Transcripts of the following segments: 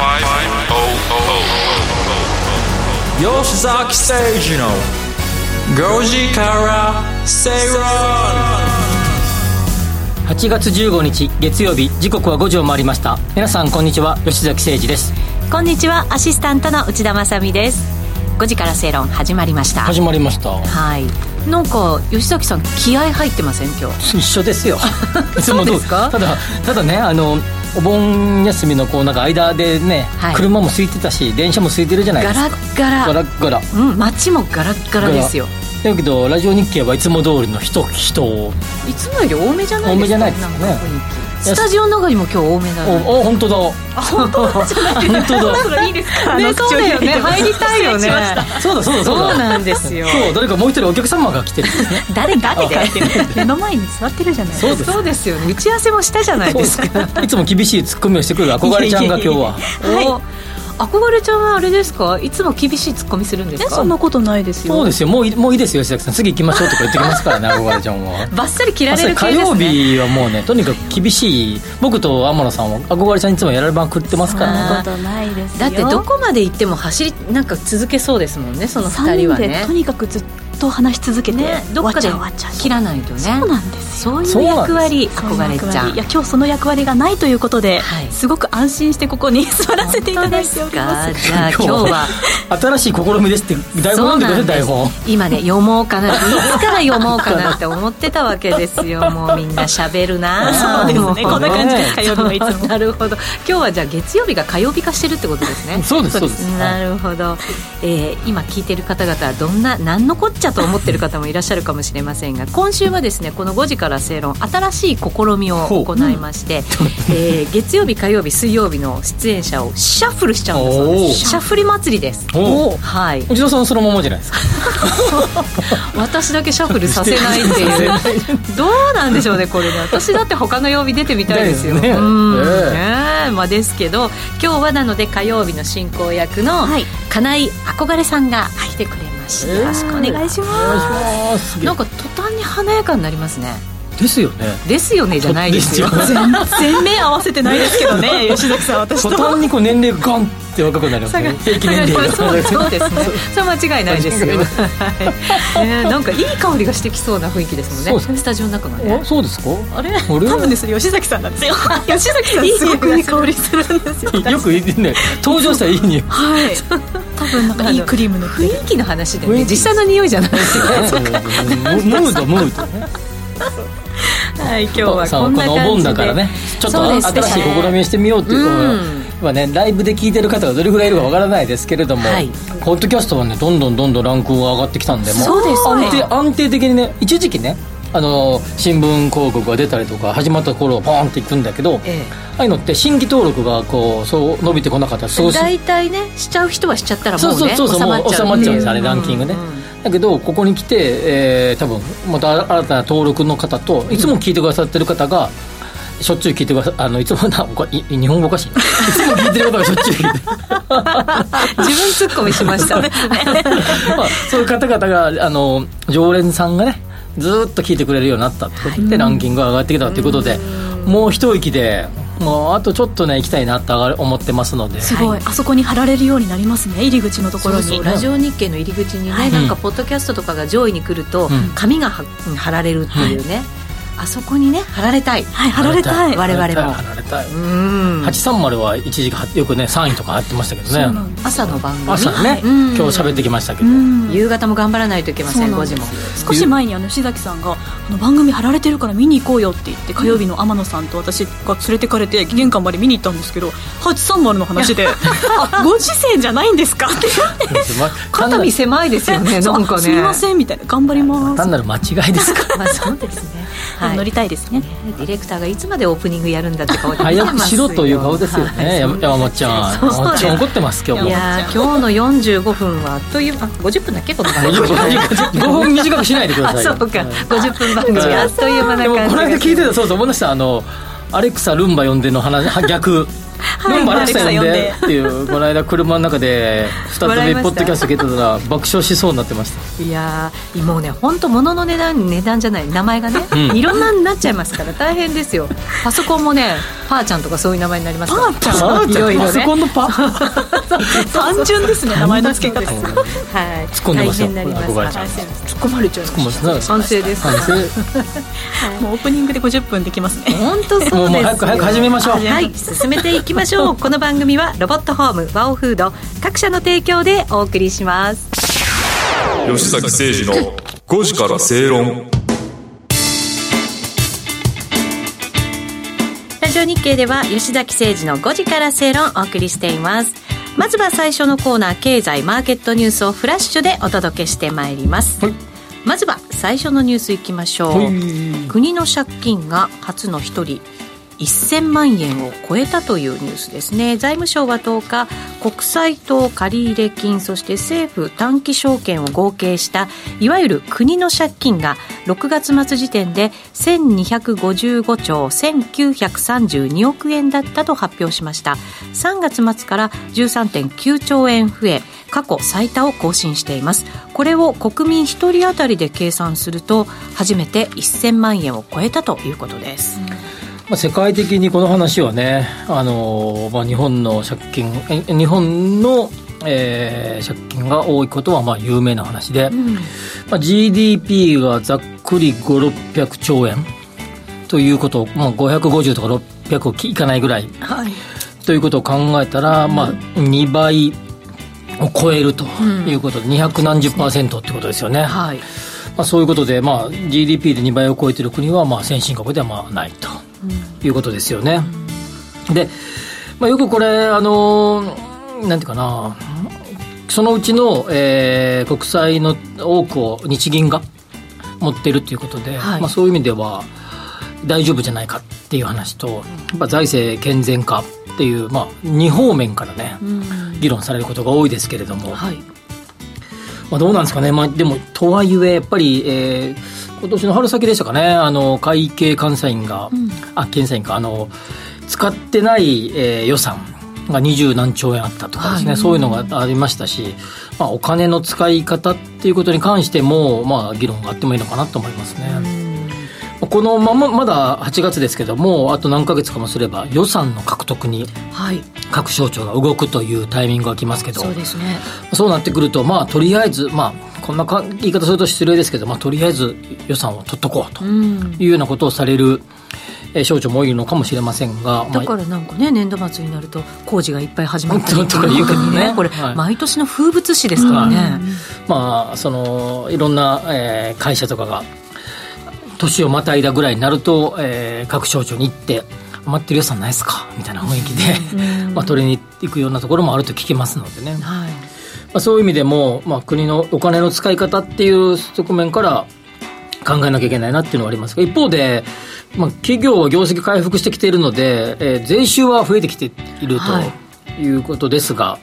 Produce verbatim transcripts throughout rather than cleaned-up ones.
吉崎誠二のごじから正論。 はちがつじゅうごにち月曜日、時刻はごじを回りました。皆さんこんにちは、吉崎誠二です。 こんにちは、アシスタントの内田まさみです。ごじから正論始まりました。 始まりました。 はい。なんか吉崎さん気合入ってません今日？ 一緒ですよいつもそうですか？ ただただね、あのお盆休みのこうなんか間でね、はい、車も空いてたし電車も空いてるじゃないですか。 ガラッガラガラッガラ、 うん、街もガラッガラですよ。 だけどラジオ日経はいつも通りの人人をいつもより多めじゃないですか。 多めじゃないですかね。 スタジオの中にも今日多めなの。 おお、本当だ。 あ、本当だじゃない本当だ。それいいですか？ね、そうだよね。入りたいよね。 そうだそうだそうだ。 そうなんですよ。 そう、誰かもう一人お客様が来てるんですね。 誰誰で目の前に座ってるじゃないですか。そうです。そうですよね。打ち合わせもしたじゃないですか。 いつも厳しいツッコミをしてくる憧れちゃんが今日は。 はい。憧れちゃんはあれですか？いつも厳しいツッコミするんですか？ そんなことないですよ。 そうですよ。もうい、もういいですよ吉崎さん、次行きましょうとか言ってきますからね憧れちゃんは。 バッサリ切られる系ですね。 火曜日はもうね、とにかく厳しい。僕と天野さんは憧れちゃんいつもやられ番食ってますからね。 そんなことないですよ。 だってどこまで行っても走りなんか続けそうですもんね、そのふたりはね。 さんにんでとにかくずっと話し続けて、ね、 どっかで切らないとね。 そうなんですよ。 そういう役割、憧れちゃん。 いや今日その役割がないということで、はい、すごく安心してここに座らせていただいております。 じゃあ今日は新しい試みですって台本読んでください。台本今ね読もうかな、いつから読もうかなって思ってたわけですよ。もうみんな喋るな。 そうですね、こんな感じです。火曜日はいつも。 なるほど。今日はじゃあ月曜日が火曜日化してるってことですね。 そうですそうです。 なるほど、えー、今聞いてる方々はどんな何のこっちゃと思ってる方もいらっしゃるかもしれませんが、今週はですねこのごじから正論新しい試みを行いまして、うん、えー、月曜日火曜日水曜日の出演者をシャッフルしちゃうんだそうです。シャッフル祭りです。 お、 はい、 内田さんそのままじゃないですか私だけシャッフルさせないっていうどうなんでしょうねこれね。私だって他の曜日出てみたいですよ。ですね、うん、えー、ね、まあ、ですけど今日はなので火曜日の進行役の金井憧れさんが来てくれました、はい、よろしくお願いします。なんか途端に華やかになりますね。 ですよね。 ですよねじゃないですよ。 全面合わせてないですけどね吉崎さん。私と途端にこう年齢がガンって若くなりますね。平均年齢がそうですね。それは間違いないですよ、はいね、なんかいい香りがしてきそうな雰囲気ですもんねスタジオの中がね。 そうですか？ あれ多分ですね吉崎さんなんですよ吉崎さんすごくいい香りするんですよよく言ってね、登場したらいい匂いはい多分なんかいいクリームの雰囲気の話でね、実際の匂いじゃないですよね。 ムードムードねはい、今日はこんな感じで、 このお盆だからねちょっと新しい試みをしてみようっていうのは、うん、ね、ライブで聞いてる方がどれぐらいいるかわからないですけれども、はい、ポッドキャストはねどんどんどんどんランクが上がってきたんで、もうそうですね、 安定、安定的にね、一時期ね、あの新聞広告が出たりとか始まった頃ポーンっていくんだけど、ええ、ああいうのって新規登録がこうそう伸びてこなかったらそう大体ねしちゃう人はしちゃったらもうね、 そうそうそうそう、 収まっちゃう収まっちゃうんですあれ、ランキングね、うんうん、だけどここに来て、えー、多分また新たな登録の方といつも聞いてくださってる方が、うん、しょっちゅう聞いてくださあのいつもなおい日本語おかしいいつも聞いてる方がしょっちゅう聞いて自分ツッコミしましたね、 まあ、そういう方々があの常連さんがねずっと聞いてくれるようになったってことで、はい、ランキングが上がってきたということで、もう一息でもうあとちょっとね行きたいなと思ってますので、 すごい、はい、あそこに貼られるようになりますね、入り口のところに。 そうそう、ラジオ日経の入り口にね、はい、なんかポッドキャストとかが上位に来ると、うん、紙が貼られるっていうね、はい、あそこにね貼られたい、 はい、貼られたい、 我々も貼られたい。うんはちさんまるは一時期よくねさんいとか入ってましたけどね、 朝の番組朝ね、はい、今日喋ってきましたけど、 夕方も頑張らないといけません、ごじも。 少し前にあの志崎さんがあの番組貼られてるから見に行こうよって言って火曜日の天野さんと私が連れてかれて玄関まで見に行ったんですけど、はちさんまるの話であご時世じゃないんですかって言って肩身狭いですよねなんかね、 すみませんみたいな、頑張ります。 単なる間違いですかまあそうですね、 はい、乗りたいですね。 ディレクターがいつまでオープニングやるんだって顔で見てますよ。 早くしろという顔ですよね、はい、山本ちゃん。山本ちゃん怒ってます今日も。 いや今日のよんじゅうごふんはあっという間、ごじゅっぷんだっけこの番組ごふん短くしないでください。 あそうか、ごじゅっぷん番組あっという間な感じ。 でもこの間聞いてた、そうそう思いました。あのアレクサルンバ呼んでの話逆ルンバアレクサ呼んでっていうこの間車の中で再びポッドキャスト聞いてたら爆笑しそうになってました。 いやもうね本当物の値段値段じゃない名前がね、うん、いろんなになっちゃいますから大変ですよ。パソコンもねパーちゃんとかそういう名前になりますから。パーちゃんいろいろねパソコンのパ単純ですね名前の付け方。はい突っ込んでました。 大変になります。突っ込まれちゃいました。 賛成です。 はい、もうオープニングでごじゅっぷんできますね。 本当そうですよ。 もう早く早く始めましょう。 はい進めていきましょう。この番組はロボットホームワオフード各社の提供でお送りします。 吉崎誠二のごじから正論。 ラジオ日経では吉崎誠二のごじから正論をお送りしています。まずは最初のコーナー経済マーケットニュースをフラッシュでお届けしてまいります、はい、まずは最初のニュースいきましょう、はい、国の借金が初の一人せんまんえんを超えたというニュースですね。財務省はとおか国債と借入金そして政府短期証券を合計したいわゆる国の借金がろくがつ末時点でせんにひゃくごじゅうごちょうせんきゅうひゃくさんじゅうにおくえんだったと発表しました。さんがつ末から じゅうさんてんきゅうちょうえん増え過去最多を更新しています。これを国民ひとり当たりで計算すると初めてせんまんえんを超えたということです、うんまあ、世界的にこの話はね、あのーまあ、日本の借金日本の、えー、借金が多いことはまあ有名な話で、うんまあ、ジーディーピー がざっくりごひゃくろっぴゃくちょうえんということを、まあ、ごひゃくごじゅうとかろっぴゃくいかないぐらい、はい、ということを考えたら、うんまあ、にばいを超えるということで、うん、にひゃくなんじゅっパーセントってことですよね、はいまあ、そういうことで、まあ、ジーディーピー でにばいを超えている国はまあ先進国ではまあないということですよね、うん、で、まあ、よくこれあのなんていうかなそのうちの、えー、国債の多くを日銀が持っているということで、はいまあ、そういう意味では大丈夫じゃないかっていう話とやっぱ財政健全化っていう、まあ、に方面からね、うん、議論されることが多いですけれども、はいまあ、どうなんですかね、まあ、でもとはいえやっぱり、えー今年の春先でしたかね、あの会計監査院が、うん、あ検査院かあの使ってない、えー、予算が二十何兆円あったとかですね、はい、そういうのがありましたし、まあ、お金の使い方っていうことに関しても、まあ、議論があってもいいのかなと思いますね。うんこのまままだはちがつですけどもあと何ヶ月かもすれば予算の獲得に各省庁が動くというタイミングが来ますけど、 そうですね、 そうなってくると、まあ、とりあえず、まあ、こんなか言い方すると失礼ですけど、まあ、とりあえず予算を取っとこうというようなことをされる、えー、省庁もいるのかもしれませんが、 だからなんかね年度末になると工事がいっぱい始まったりとか言うけどね、これ、はい、毎年の風物詩ですからね、うんまあ、そのいろんな、えー、会社とかが年をまたいだぐらいになると、えー、各省庁に行って余ってる予算ないですかみたいな雰囲気で、まあ、取りに行くようなところもあると聞きますのでね、はいまあ、そういう意味でも、まあ、国のお金の使い方っていう側面から考えなきゃいけないなっていうのはありますが、一方で、まあ、企業は業績回復してきているので、えー、税収は増えてきているということですが、はい、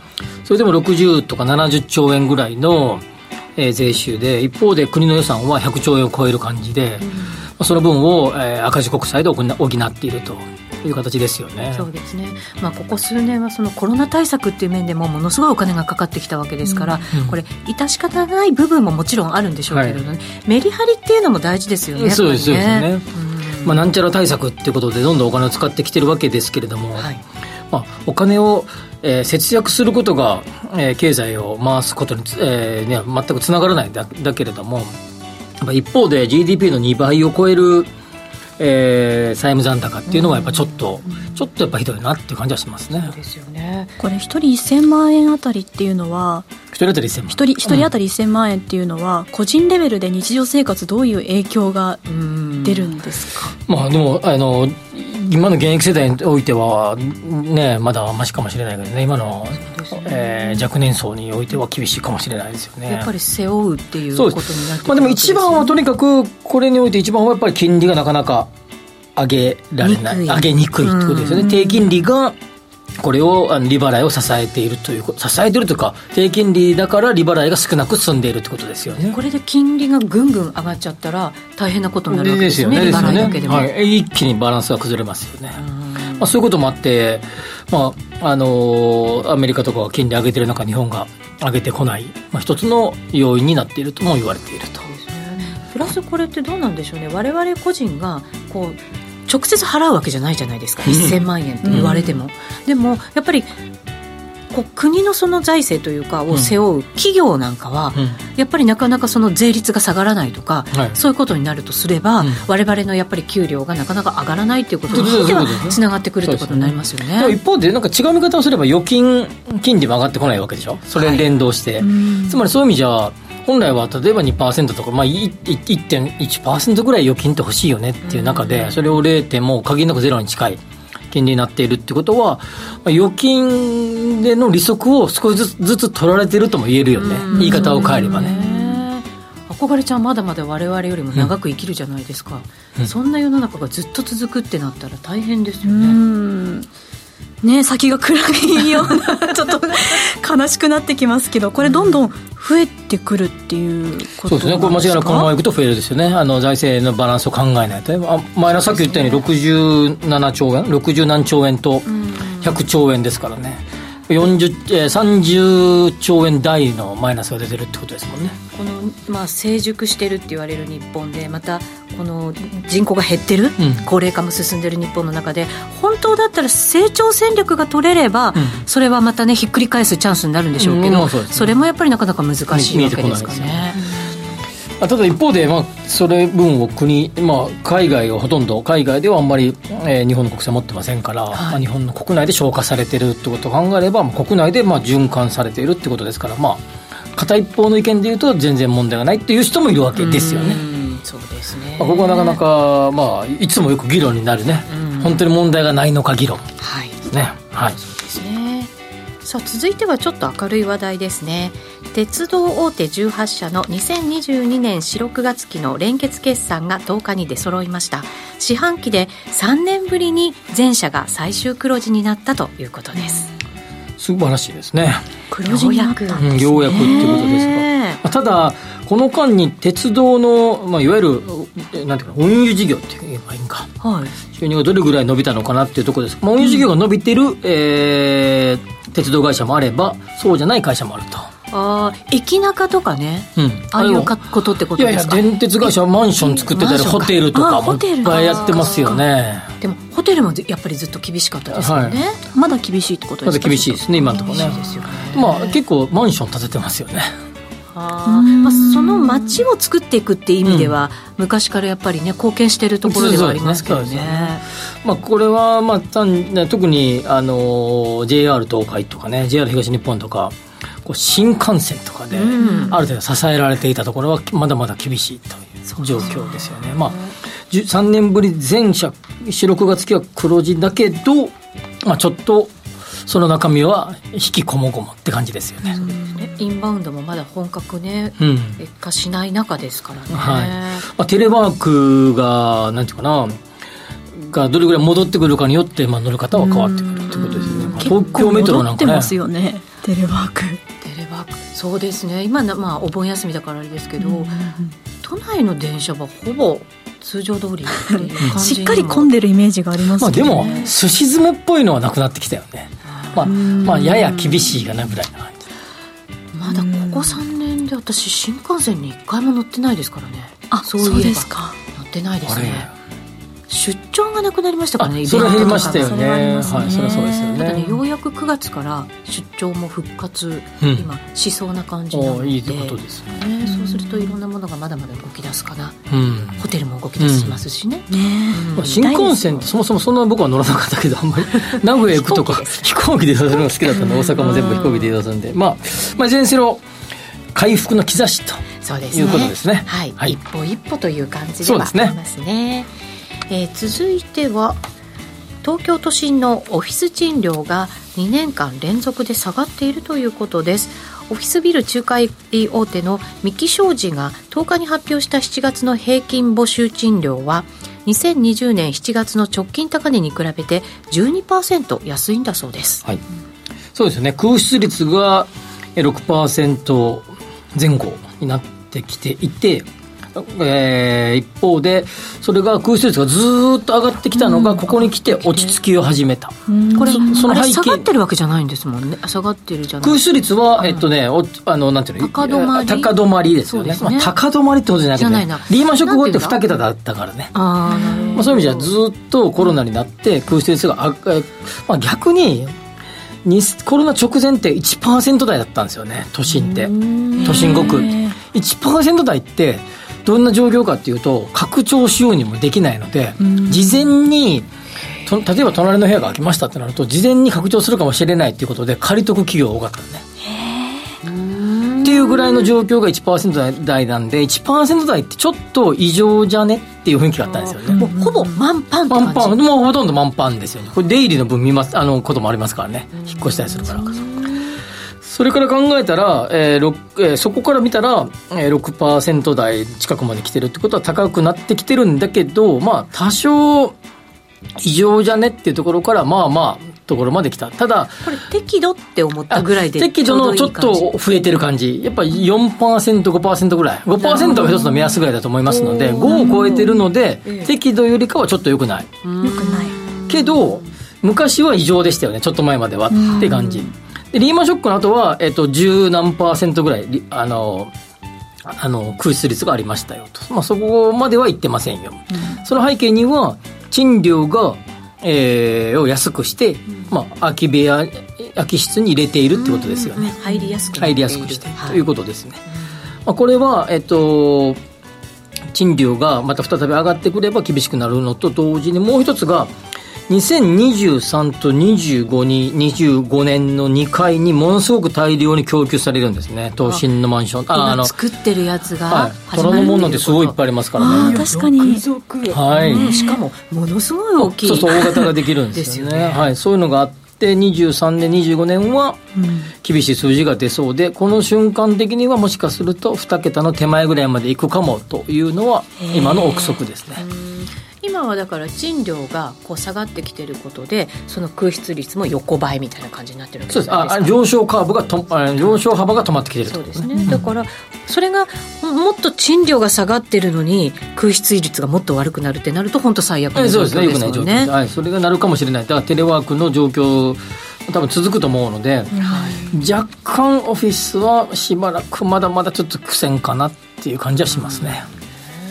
それでもろくじゅうとかななじゅっちょうえんぐらいのえー、税収で一方で国の予算はひゃくちょうえんを超える感じで、うん、その分を、えー、赤字国債で補っているという形ですよね。 そうですね、まあ、ここ数年はそのコロナ対策っていう面でもものすごいお金がかかってきたわけですから、うん、これ致し方ない部分ももちろんあるんでしょうけれどね、はい、メリハリっていうのも大事ですよね。 そうですね、うんまあ、なんちゃら対策っていうことでどんどんお金を使ってきてるわけですけれども、はいまあ、お金をえー、節約することが、えー、経済を回すことに、えーね、全くつながらないだ、だけれども一方で ジーディーピー のにばいを超える、えー、債務残高っていうのはやっぱちょっと、うん、ちょっとやっぱひどいなっていう感じはしますね。 そうですよね。 これひとりせんまんえんあたりっていうのはひとり当たりせんまんひとりひとり当たりせんまんえんっていうのは、うん、個人レベルで日常生活どういう影響が出るんですか。 まあでもあの今の現役世代においては、ね、まだマシかもしれないけどね今の、ねえー、若年層においては厳しいかもしれないですよね。 やっぱり背負うっていうことになってくるわけですよね。 まあ、でも一番はとにかくこれにおいて一番はやっぱり金利がなかなか上げられない上げにくいってことですよね。低金利がこれをあの利払いを支えているという支えているというか低金利だから利払いが少なく進んでいるということですよね。 これで金利がぐんぐん上がっちゃったら大変なことになるわけですよね。利払いだけでも、 はい、一気にバランスが崩れますよね。まあ、そういうこともあって、まああのー、アメリカとかが金利上げている中日本が上げてこない、まあ、一つの要因になっているとも言われていると。 プラスこれってどうなんでしょうね。我々個人がこう直接払うわけじゃないじゃないですか、うん、せんまんえんって言われても、うん、でもやっぱりこう国のその財政というかを背負う企業なんかは、うん、やっぱりなかなかその税率が下がらないとか、はい、そういうことになるとすれば、うん、我々のやっぱり給料がなかなか上がらないということにはつながってくるということになりますよね。 一方でなんか違う見方をすれば預金金利も上がってこないわけでしょ。それに連動して、はい、つまりそういう意味じゃ本来は例えば にパーセント とか、まあ、いってんいちパーセント ぐらい預金って欲しいよねっていう中で、それをれいてんも限りなくゼロに近い金利になっているってことは、預金での利息を少しずつずつ取られているとも言えるよね。言い方を変えればね。 憧れちゃんまだまだ我々よりも長く生きるじゃないですか、うん、そんな世の中がずっと続くってなったら大変ですよね。うんね、先が暗いようなちょっと悲しくなってきますけど、これどんどん増えてくるっていうことなんですか。 そうですね、これ間違いなくこのままいくと増えるですよね。あの財政のバランスを考えないと、あ前のさっき言ったようにろくじゅうななちょうえんろくじゅうなんちょうえんとひゃくちょうえんですからね、よんじゅう、えー、さんじゅっちょうえん台のマイナスが出てるってことですもんね。 この、まあ、成熟してるって言われる日本で、またこの人口が減ってる、うん、高齢化も進んでる日本の中で、本当だったら成長戦略が取れれば、うん、それはまたねひっくり返すチャンスになるんでしょうけど、うん、そ, うね、それもやっぱりなかなか難しいわけですかね。 ただ一方で、まあ、それ分を国、まあ、海外をほとんど海外ではあんまり、えー、日本の国債持ってませんから、はい、まあ、日本の国内で消化されているってことを考えれば、まあ、国内でまあ循環されているってことですから、まあ、片一方の意見でいうと全然問題がないっていう人もいるわけですよね。 うんそうですね、 まあ、ここはなかなか、まあ、いつもよく議論になるね、本当に問題がないのか議論ですね。はい、 そうですね。さあ続いてはちょっと明るい話題ですね。鉄道大手じゅうはちしゃのにせんにじゅうにねんしろくがつ期の連結決算がとおかに出揃いました。四半期でさんねんぶりに全社が最終黒字になったということです。 素晴らしいですね。 黒字になったんですね、 うん、ようやくっていうことですが、まあ、ただこの間に鉄道の、まあ、いわゆるなんていうか運輸事業って言えばいいんか、はい、収入がどれぐらい伸びたのかなっていうところです。まあ、運輸事業が伸びてる、うん、えー、鉄道会社もあればそうじゃない会社もあると。 あ駅中とかね、うん、ああいうことってことですか。 いやいや電鉄会社はマンション作ってたりホテルとかもいっぱいやってますよね。 でもホテルもやっぱりずっと厳しかったですよね、はい、 まだ厳しいってことですか。 まだ厳しいですね今のところ ね, ね、まあ、結構マンション建ててますよね。 あ、まあ、その街を作っていくっていう意味では、うん、昔からやっぱりね貢献しているところではありますけど ね, ね, ね、 まあ、これは、まあ、単特にあの ジェイアール 東海とかね ジェイアール 東日本とかこう新幹線とかで、うん、ある程度支えられていたところはまだまだ厳しいという状況ですよね。まあ、さんねんぶり全社しろくがつ期は黒字だけど、まあ、ちょっとその中身は引きこもごもって感じですよね。 そうですね。インバウンドもまだ本格ね、うん、化しない中ですからね、 はい、まあ、テレワークがなんていうかながどれぐらい戻ってくるかによって、まあ、乗る方は変わってくるということですね。まあ、東京メトロなんかね結構戻ってますよねテレワーク。 テレワークそうですね。今、まあ、お盆休みだからあれですけど、うん、都内の電車はほぼ通常通りっていう感じしっかり混んでるイメージがありますけど、ね、 まあ、でもすし詰めっぽいのはなくなってきたよね。まあまあ、やや厳しいかなぐらいな感じ。 まだここさんねんで私新幹線にいっかいも乗ってないですからね。 あ、そういえばそうですか。 乗ってないですね。出張がなくなりましたからね。 それは減りましたよね。 それはありますね。 はい、それはそうですよね。 ただね、ようやくくがつから出張も復活、うん、今しそうな感じなので、 いいことですね。 そうするといろんなものがまだまだ動き出すかな、うん、ホテルも動き出しますしね、うんね、 うん、まあ、新幹線ってそもそもそんな僕は乗らなかったけどあんまり名古屋行くとか飛行機で移動するのが好きだったので大阪も全部飛行機で移動するんで、まあ、まあいずれにせよ回復の兆しということですね。 はい、はい、一歩一歩という感じではありますね。えー、続いては東京都心のオフィス賃料がにねんかん連続で下がっているということです。オフィスビル仲介大手の三木商事がとおかに発表したしちがつの平均募集賃料はにせんにじゅうねんしちがつの直近高値に比べて じゅうにパーセント 安いんだそうです、 はい、そうですよね。空室率が ろくパーセント 前後になってきていて、えー、一方でそれが空室率がずっと上がってきたのがここに来て落ち着きを始めた。 これその背景下がってるわけじゃないんですもんね。下がってるじゃない。 空室率は、えっとね、おあのなんていうの、 高止まり高止まりですよね。 そうですね、 まあ、高止まりってことじゃなくて、 じゃないなリーマンショック後ってに桁だったからね。 あ、 まあ、そういう意味じゃずっとコロナになって空室率があ、まあ、逆ににコロナ直前って いちパーセント 台だったんですよね。都心って都心ごく いちパーセント 台ってどんな状況かっていうと、拡張しようにもできないので、事前にと例えば隣の部屋が空きましたってなると事前に拡張するかもしれないっていうことで借りとく企業が多かったんで、へっていうぐらいの状況が いちパーセント 台なんで、 いちパーセント 台ってちょっと異常じゃねっていう雰囲気があったんですよね。 もうほぼ満帆って感じ。 満帆、もうほとんど満帆ですよね。これ出入りの分見ますあのこともありますからね、引っ越したりするから。それから考えたら、えーえー、そこから見たら、えー、ろくパーセント 台近くまで来てるってことは高くなってきてるんだけど、まあ多少異常じゃねっていうところからまあまあところまで来た。ただこれ適度って思ったぐらいで適度のちょっと増えてる感じ。やっぱり よんパーセント、ごパーセント ぐらい ごパーセント が一つの目安ぐらいだと思いますので、ごを超えてるので、ええ、適度よりかはちょっと良くない。 良くないけど昔は異常でしたよね、ちょっと前まではって感じで、リーマンショックの後は、えっと、じゅう何パーセントぐらいあのあの空室率がありましたよと、まあ、そこまでは言ってませんよ、うん、その背景には賃料が、えー、を安くして、うんまあ、空き部屋空き室に入れているってことですよね、 うん、入りやすく入りやすくして、はい、ということですね、まあ、これは、えっと、賃料がまた再び上がってくれば厳しくなるのと同時に、もう一つがにせんにじゅうさんとにじゅうごににじゅうごねんのにかいにものすごく大量に供給されるんですね、都心のマンション。 ああの作ってるやつが始まる、はい、虎ノ門なんてすごいいっぱいありますからね。 確かに、 はいね、しかもものすごい大きい、 そうそう大型ができるんですよねですよね、はい、そういうのがあってにじゅうさんねんにじゅうごねんは厳しい数字が出そうで、この瞬間的にはもしかするとに桁の手前ぐらいまでいくかもというのは今の憶測ですね。 今はだから賃料がこう下がってきていることで、その空室率も横ばいみたいな感じになってるわけですか。 そうです。あ、上昇カーブがと上昇幅が止まってきていると。 そうですね、うん、だからそれがもっと賃料が下がってるのに空室率がもっと悪くなるってなると本当最悪の状況ですよね。 そうですね、良くない状況です、はい、それがなるかもしれない。だからテレワークの状況多分続くと思うので、はい、若干オフィスはしばらくまだまだちょっと苦戦かなっていう感じはしますね、うん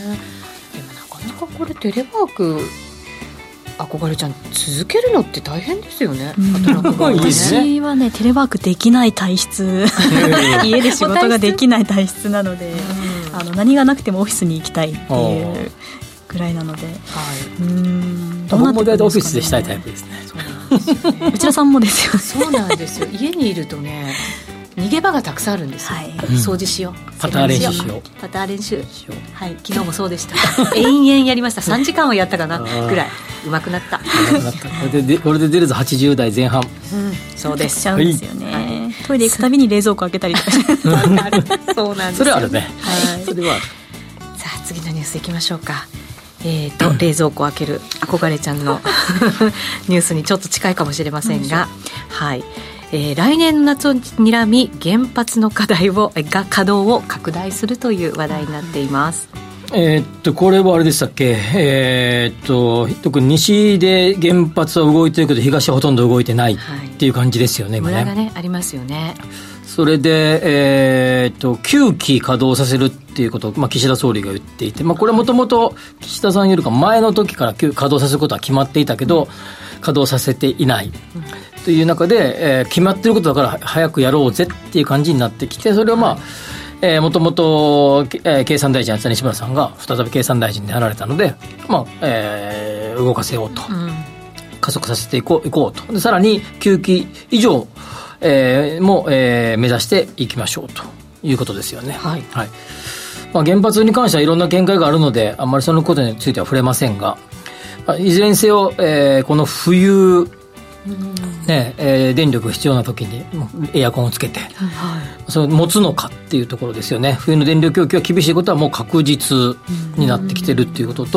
これテレワーク憧れちゃん続けるのって大変ですよね、うん、 働くのね。私はねテレワークできない体質家で仕事ができない体質なので、うん、あの何がなくてもオフィスに行きたいっていうぐらいなので、はい、うーんどうなってくるんですかね。僕もオフィスでしたいタイプですね。そうなんですよね。内田さんもですよね。 そうなんですよ。家にいるとね逃げ場がたくさんあるんですよ、はい、掃除しよう、 パター練習しようパター練習しよう、はい、昨日もそうでした延々やりました。さんじかんはやったかなぐらい上手くなった上手くなったこれでこれで出るぞはちじゅう代前半、うん、 そうですしちゃうんですよね、はい、トイレ行くたびに冷蔵庫開けたりとかそうなんですよ、ね、 それはあるね、 はい、それはさあ次のニュースいきましょうか。えーと、冷蔵庫を開ける憧れちゃんのニュースにちょっと近いかもしれませんが、はい、えー、来年の夏をにらみ原発の課題をが稼働を拡大するという話題になっています。 えー、っとこれはあれでしたっけ、えー、っと特に西で原発は動いてるけど東はほとんど動いてないっていう感じですよね、 はい、 今ね。 ムラがねありますよね。 それで、えー、っときゅうき稼働させるっていうことを、まあ、岸田総理が言っていて、まあ、これはもともと岸田さんよりか前の時から稼働させることは決まっていたけど、うん、稼働させていない、うんという中で、えー、決まっていることだから早くやろうぜっていう感じになってきて、それをまあ、えー、もともと、えー、経産大臣やってた西村さんが再び経産大臣になられたので、まあえー、動かせようと、うん、加速させていこう、いこうと。でさらにきゅうき以上、えー、も、えー、目指していきましょうということですよね、はいはい。まあ、原発に関してはいろんな見解があるのであんまりそのことについては触れませんが、まあ、いずれにせよ、えー、この冬ねえー、電力が必要な時にエアコンをつけて、はい、それを持つのかっていうところですよね。冬の電力供給が厳しいことはもう確実になってきてるっていうことと、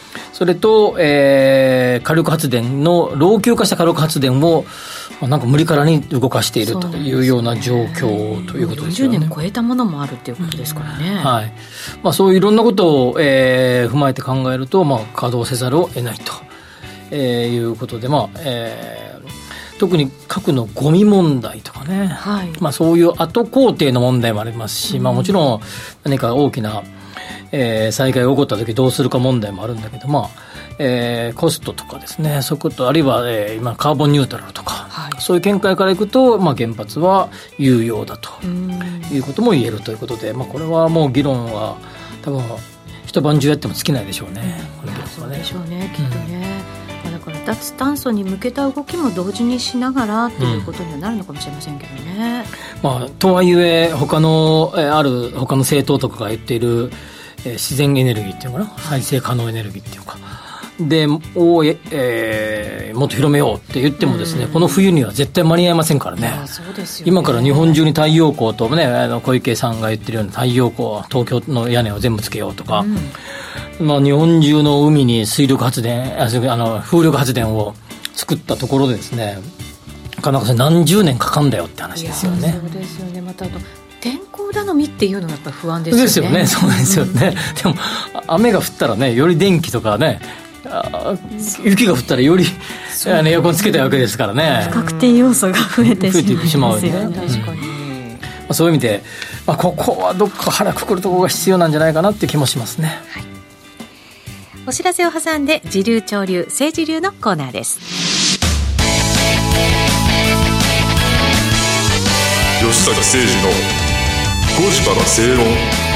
それと、えー、火力発電の老朽化した火力発電をなんか無理からに動かしているというような状況ということですよね。 よんじゅうねん超えたものもあるということですからね、 うん、はい。まあ、そういういろんなことを、えー、踏まえて考えると、まあ、稼働せざるを得ないと、えー、いうことで、まあえー、特に核のゴミ問題とかね、はい、まあ、そういう後工程の問題もありますし、うん、まあ、もちろん何か大きなえー、災害が起こった時どうするか問題もあるんだけど、まあえー、コストとかですね、そういうことあるいは、えー、今カーボンニュートラルとか、はい、そういう見解からいくと、まあ、原発は有用だということも言えるということで、まあ、これはもう議論は多分一晩中やっても尽きないでしょうね、この議論はね。 そうでしょうね、きっとね、うん、だから脱炭素に向けた動きも同時にしながらということにはなるのかもしれませんけどね、うん、まあ、 とはいえ他の、えー、ある他の政党とかが言っているえー、自然エネルギーっていうのかな、再生可能エネルギーっていうかでを、えー、もっと広めようって言ってもですね、うん、この冬には絶対間に合いませんからね。 そうですよね。 今から日本中に太陽光とね、あの小池さんが言ってるような太陽光、東京の屋根を全部つけようとか、うん、まあ、日本中の海に水力発電ああの風力発電を作ったところでですね、なかなか何十年かかんだよって話ですよね。 そうですよね。またあと天候頼みっていうのがやっぱ不安ですよね。 ですよね。そうですよね、うん、でも雨が降ったらね、より電気とかね、あ雪が降ったらよりエアコンつけたいわけですからね、 不確定要素が増えてしまうんですよね。 確かに、 うん、そういう意味で、まあ、ここはどっか腹くくるところが必要なんじゃないかなっていう気もしますね、はい。 お知らせを挟んで時流潮流政治流のコーナーです。 吉崎誠二のごじから正論。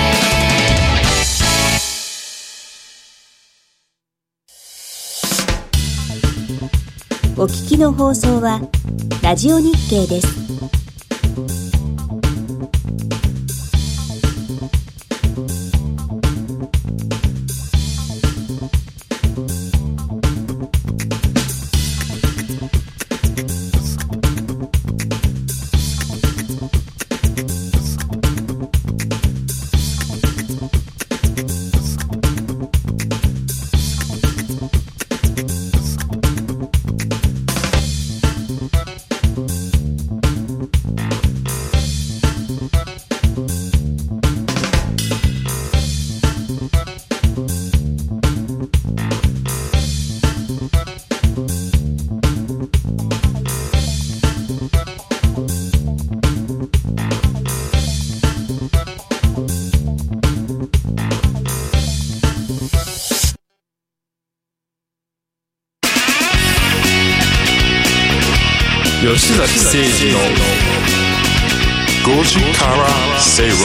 お聞きの放送はラジオ日経です。 吉崎誠二のごじから正論。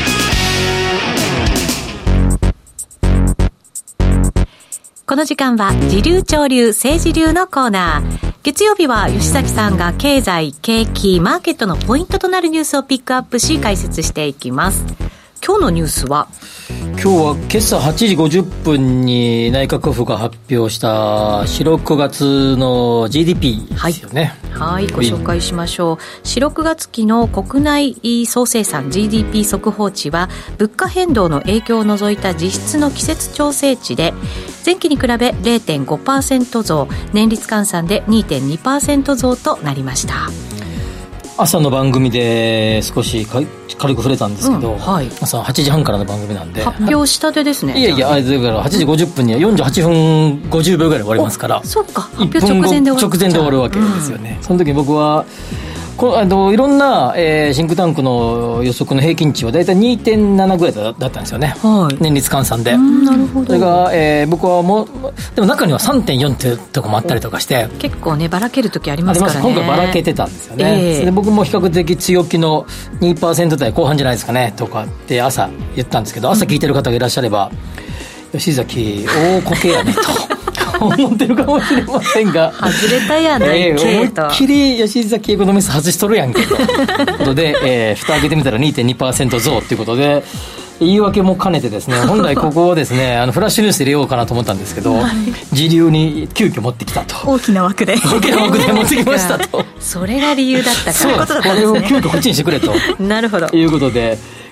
この時間は時流潮流政治流のコーナー。月曜日は吉崎さんが経済、景気、マーケットのポイントとなるニュースをピックアップし解説していきます。今日のニュースは、 今日は今朝はちじごじゅっぷんに内閣府が発表したしろくがつの ジーディーピー ですよね。 はい、はい、ご紹介しましょう。しろくがつ期の国内総生産 ジーディーピー 速報値は物価変動の影響を除いた実質の季節調整値で前期に比べ れいてんごパーセント 増、年率換算で にてんにパーセント 増となりました。 朝の番組で少し軽く触れたんですけど、うん、はい、朝はちじはんからの番組なんで発表したてですね。 いやいや、あれだからはちじごじゅっぷんにはよんじゅうはっぷんごじゅうびょうぐらいで終わりますから、 そうか、発表直前で終わる、 直前で終わるわけですよね、うん、その時に僕はこあのいろんな、えー、シンクタンクの予測の平均値はだいたい にてんなな ぐらいだったんですよね、はい、年率換算で。うん、なるほど。それが、えー、僕はもうでも中には さんてんよん っていうとこもあったりとかして結構ねばらける時ありますからね。 今回ばらけてたんですよね、えー、それで僕も比較的強気の にパーセント 台後半じゃないですかねとかって朝言ったんですけど、朝聞いてる方がいらっしゃれば、うん、吉崎大こけやねと思ってるかもしれませんが外れたやないけと、 えー、思いっきり吉崎エコノミスト外しとるやんけということで、えー、蓋開けてみたら にてんにパーセント 増ということで言い訳も兼ねてですね、本来ここをですねあのフラッシュニュースで入れようかなと思ったんですけど、はい、時流に急遽持ってきたと。 大きな枠で大きな枠で持ってきましたとそれが理由だったから、 そういうことだったんですね。これを急遽こっちにしてくれとなるほど、 いうことで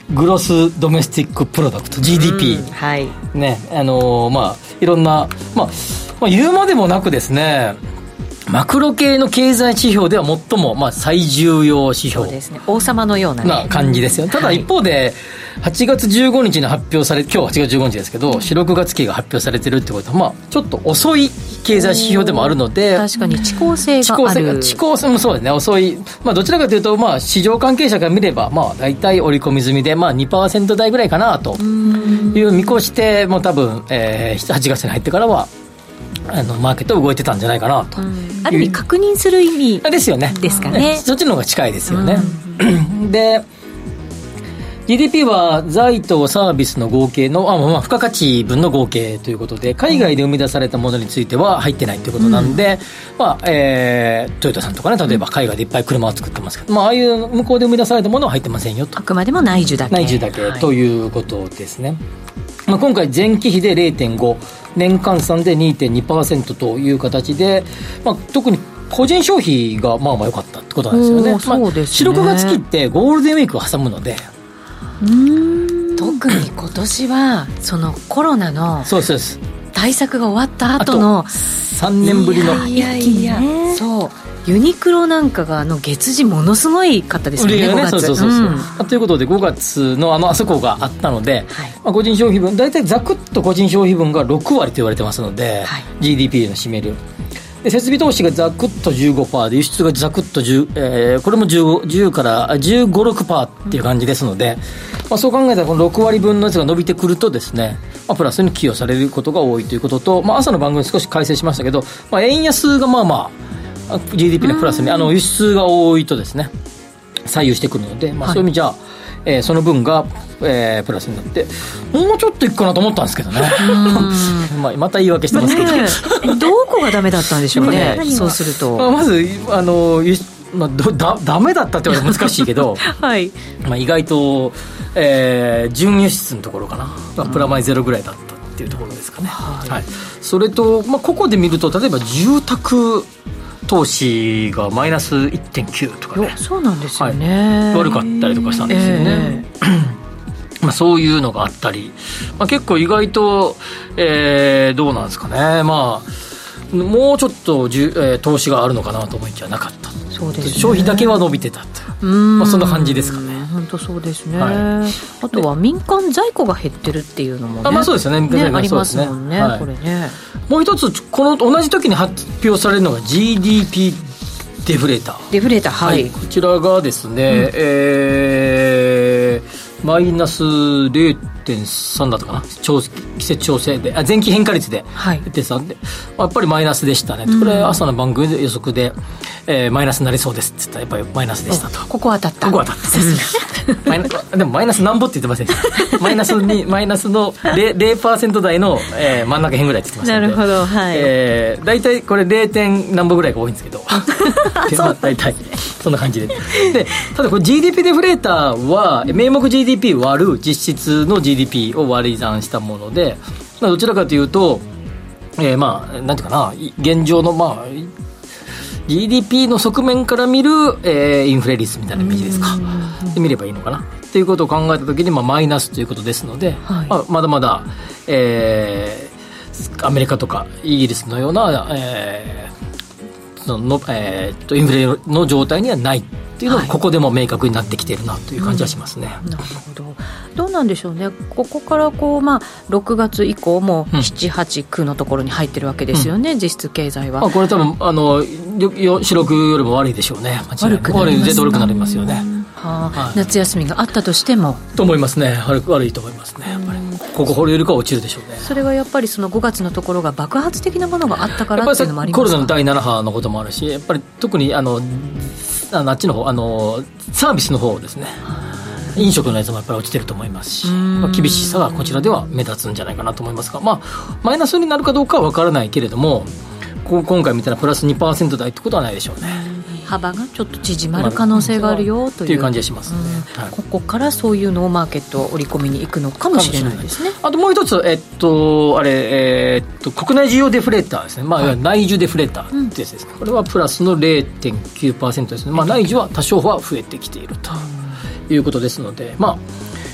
グロスドメスティックプロダクト ジーディーピー、 うん、はいね、あのー、まあいろんな、まあ、まあ言うまでもなくですね、マクロ系の経済指標では最も、まあ、最重要指標、 そうですね、王様のような、ね、 な感じですよ、ね、ただ一方ではちがつじゅうごにちに発表され、今日はちがつじゅうごにちですけど、四六月期が発表されてるってことは、まあ、ちょっと遅い経済指標でもあるので、 確かに遅効性がある、 遅効性もそうですね、遅い、まあ、どちらかというと、まあ、市場関係者から見れば、まあ、大体織り込み済みで、まあ、にパーセント 台ぐらいかなという見越して、もう多分、えー、はちがつに入ってからはあのマーケット動いてたんじゃないかなと、うん、 ある意味確認する意味ですよね、 ですかね、 そっちの方が近いですよね、うん、で ジーディーピー は財とサービスの合計のあ、まあ、付加価値分の合計ということで、海外で生み出されたものについては入ってないということなんで、うん、まあえー、トヨタさんとかね、例えば海外でいっぱい車を作ってますけど、まあ、ああいう向こうで生み出されたものは入ってませんよと、 あくまでも内需だけ内需だけ、はい、ということですね。まあ、今回前期比で れいてんご、 年換算で にてんにパーセント という形で、まあ、特に個人消費がまあまあ良かったってことなんですよね。 そうですね、 まあ、よん、ごがつ期ってゴールデンウィークを挟むので、 うーん、特に今年はそのコロナの対策が終わった後のさんねんぶりのいやいやいや、そうユニクロなんかがあの月次ものすごいかったですよね、ごがつ。 そうそうそうそう、うん、ということでごがつのあのあそこがあったので、はい、まあ、個人消費分大体ざくっと個人消費分がろくわりと言われてますので、はい、ジーディーピー の占めるで設備投資がざくっと じゅうごパーセント で輸出がざくっとじゅう、えー、これもじゅう、じゅうからじゅうご、ろくパーセント っていう感じですので、まあ、そう考えたらこのろくわりぶんのやつが伸びてくるとですね、まあ、プラスに寄与されることが多いということと、まあ、朝の番組少し解説しましたけど、まあ、円安がまあまあ ジーディーピー のプラスにあの輸出が多いとですね左右してくるので、まあ、そういう意味じゃ、はい、えー、その分が、えー、プラスになってもうちょっといくかなと思ったんですけどねまあまた言い訳してますけど、ね、 どこがダメだったんでしょうねそうすると、 まあ、まずあの、まあ、だダメだったって言われて難しいけど、 はい、 まあ、意外と、えー、純輸出のところかな、まあ、プラマイゼロぐらいだったっていうところですかね、はいはい、それと、まあ、ここで見ると例えば住宅投資がマイナス いってんきゅう とかね、 そうなんですよね、 はい、悪かったりとかしたんですよね、えーまあ、そういうのがあったり、まあ、結構意外と、えー、どうなんですかね、まあ、もうちょっとじゅ、えー、投資があるのかなと思いきやなかった。 そうですね、 消費だけは伸びてたって、うん、まあ、そんな感じですかね。 本当そうですね、 はい、 あとは民間在庫が減ってるっていうのもね、 あ、まあ、そうですよね、 ね、ありますもんね、 はい、 これね。 もう一つこの同じ時に発表されるのが ジーディーピー デフレーターデフレーター、はい、 はい、こちらがですね、うん、えー、マイナス れいてんさん だったかな、季節調整であ前期変化率で れいてんさん で、やっぱりマイナスでしたね、うん、これ朝の番組で予測で、えー、マイナスになりそうですって言ったらやっぱりマイナスでしたと。 ここ当たったここ当たったマイナでもマイナスなんぼって言ってませんでしたマイナスにマイナスの ゼロパーセント 台の、えー、真ん中辺ぐらいって言ってましたので、 なるほど、はい、 えー、大体これ れい. 点何ぼぐらいが多いんですけどそう大体そんな感じででただこれ ジーディーピー デフレーターは名目 ジーディーピー 割る実質の ジーディーピー を割り算したもので、まあ、どちらかというと、えー、まあなんていうかな、現状のまあジーディーピー の側面から見る、えー、インフレ率みたいなイメージですかで見ればいいのかなっていうことを考えたときに、まあ、マイナスということですので、はい、まあ、まだまだ、えー、アメリカとかイギリスのような、えーそのえー、とインフレの状態にはないっていうのがここでも明確になってきているなという感じはしますね、はい、 うん、なるほど。どうなんでしょうね、ここからこう、まあ、ろくがつ以降もなな、はち、きゅうのところに入ってるわけですよね、うん、実質経済は。 あ、これ多分あの四六よりも悪いでしょうね。 悪くなりますか。 絶対悪くなりますよね、 はあ、はい、夏休みがあったとしてもと思いますね。悪, 悪いと思いますね。やっぱりここ掘るよりかは落ちるでしょうね。 それはやっぱりそのごがつのところが爆発的なものがあったからっていうのもありますか。 コロナのだいなな波のこともあるし、やっぱり特にあのあっちの方あのサービスの方ですね、飲食のやつもやっぱり落ちてると思いますし、まあ、厳しさがこちらでは目立つんじゃないかなと思いますが、まあ、マイナスになるかどうかは分からないけれども、こ今回みたいなプラス にパーセント 台ってことはないでしょうね。 幅がちょっと縮まる可能性があるよという、 っていう感じがしますね、 はい、ここからそういうのをマーケット織り込みに行くのかもしれないですね。 あともう一つ、えっとあれえー、っと国内需要デフレーターですね、まあ、はい、内需デフレーターってやつですね、うん、これはプラスの れいてんきゅうパーセント ですね、まあ、内需は多少は増えてきているということですので、まあ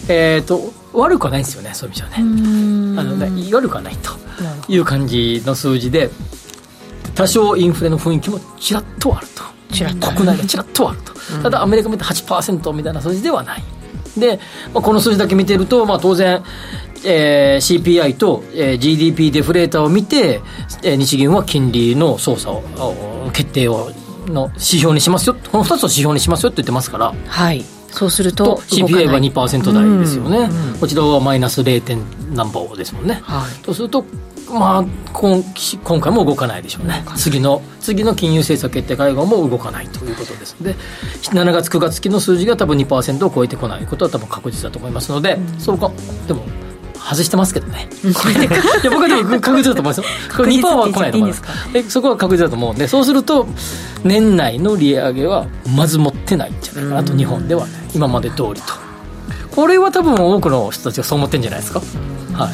えー、と悪くはないんですよね、そういう意味じゃね、あのね悪くはないという感じの数字で、多少インフレの雰囲気もちらっとあると、ちらっと国内がちらっとあると、うん、ただアメリカ見て はちパーセント みたいな数字ではないで、まあ、この数字だけ見てると、まあ、当然、えー、シーピーアイ と、えー、ジーディーピー デフレーターを見て、えー、日銀は金利の操作を決定をの指標にしますよ、このふたつを指標にしますよって言ってますから、 はい、そうするとシーピーアイ は にパーセント 台ですよね、 うんうん、 こちらはマイナス ゼロ. 何歩ですもんね、はい、とすると、まあ、今, 今回も動かないでしょうね。次の次の金融政策決定会合も動かないということですので、しちがつくがつ期の数字が多分 にパーセント を超えてこないことは多分確実だと思いますので、うん、そうかでも外してますけどね、いや僕はでも確実だと思いますよ。これ にパーセント は来ないと思います。でそこは確実だと思うんで、そうすると年内の利上げはまず持ってないんじゃないかなと、日本ではね、今まで通りと。これは多分多くの人たちがそう思ってるんじゃないですか、はい。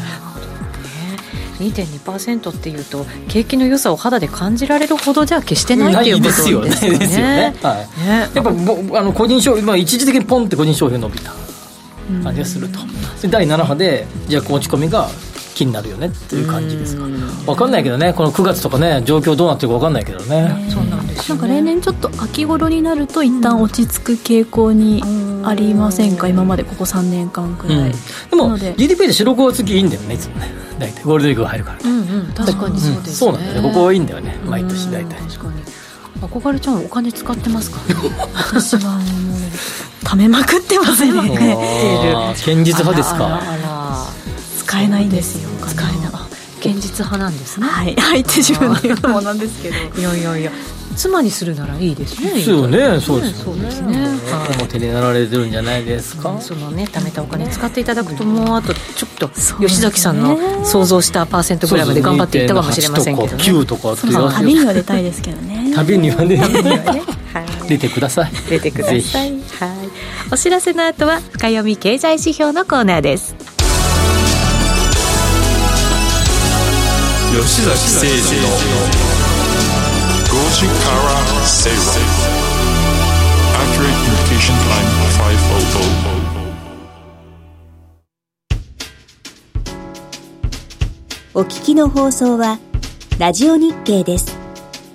にてんにパーセント っていうと景気の良さを肌で感じられるほどじゃ決してないっていうことですよね。 ないですよね、はい、ね、やっぱあの個人消費、まあ、一時的にポンって個人消費が伸びた感じがすると、でだいなな波でじゃあ落ち込みが気になるよねっていう感じですか。分かんないけどね、このくがつとかね、状況どうなってるか分かんないけどね。 そうなんですよね。なんか例年ちょっと秋頃になると一旦落ち着く傾向にありませんか、今までここさんねんかんくらい、うん、でも ジーディーピー でよん、ごがつ期いいんだよね、いつもね、大体ゴールデンウィークが入るから、ね、 うんうん、確かにそうですね、うん、 そうなんだよね、ここはいいんだよね、毎年大体。 確かに。憧れちゃんお金使ってますか？ 私はもう貯めまくってますね。 堅実派ですか？ あらあら、 使えないんですよ。 使えない。堅実派なんですね。 はい、はいって自分で言うのもなんですけどいやいやいや、妻にするならいいですね。 そうね、そうですね。そうですね。 表になられてるんじゃないですか。 そのね、貯めたお金使っていただくと、もうあとちょっと吉崎さんの想像したパーセントぐらいまで頑張っていったかもしれませんけどね。 きゅうとかってそうそう、旅には出たいですけどね。 旅にはね、出てください。 出てください。はい。お知らせの後は深読み経済指標のコーナーです。 吉崎誠二のごじから正論 Accurate Communication Time ごひゃく。 お聞きの放送はラジオ日経です。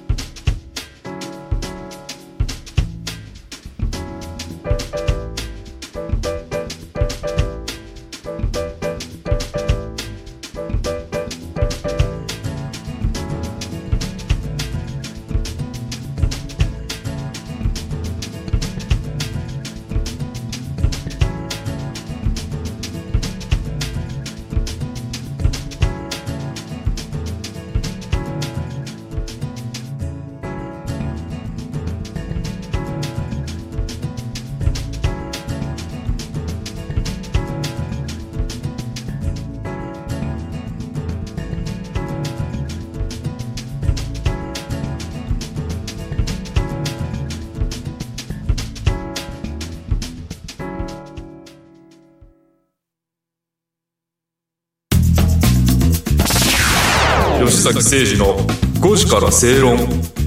吉崎誠二のごじから正論。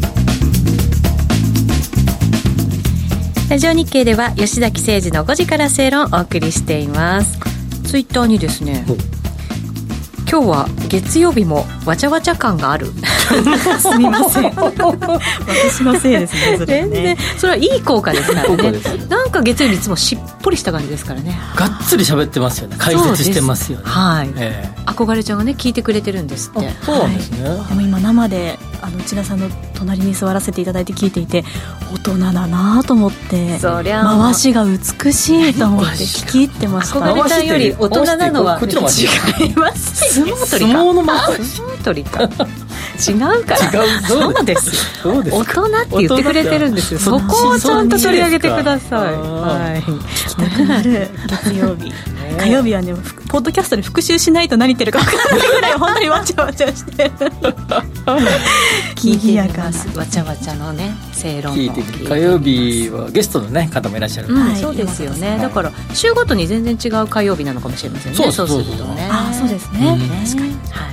ラジオ日経では吉崎誠二のごじから正論をお送りしています。ツイッターにですね、今日は月曜日もわちゃわちゃ感があるすみません私のせいですね。それね、全然それはいい効果ですからね。なんか月曜日いつもしっぽりした感じですからね。 がっつり喋ってますよね。解説してますよね。 はい、えー、憧れちゃんがね聞いてくれてるんですって。 そうなんですね、 はい、でも今生であの内田さんの隣に座らせていただいて聞いていて、大人だなと思って、 そりゃ回しが美しいと思って聞き入ってました。 憧れちゃんより大人なのは違います相撲取りか相撲の回し相撲取りか違うから違う。 そうですよ、大人って言ってくれてるんですよ。そこをちゃんと取り上げてください。はい、 聞きたくなる月曜日火曜日はね、ポッドキャストで復習しないと何言ってるか分からないぐらい本当にわちゃわちゃしてる賑やかなわちゃわちゃのね正論を聞いて火曜日はゲストの、ね、方もいらっしゃる、 うんはい、そうですよね、はい、だから週ごとに全然違う火曜日なのかもしれませんね。 そうそうするとね。 あ、そうですね、 うん、確かに、はい、明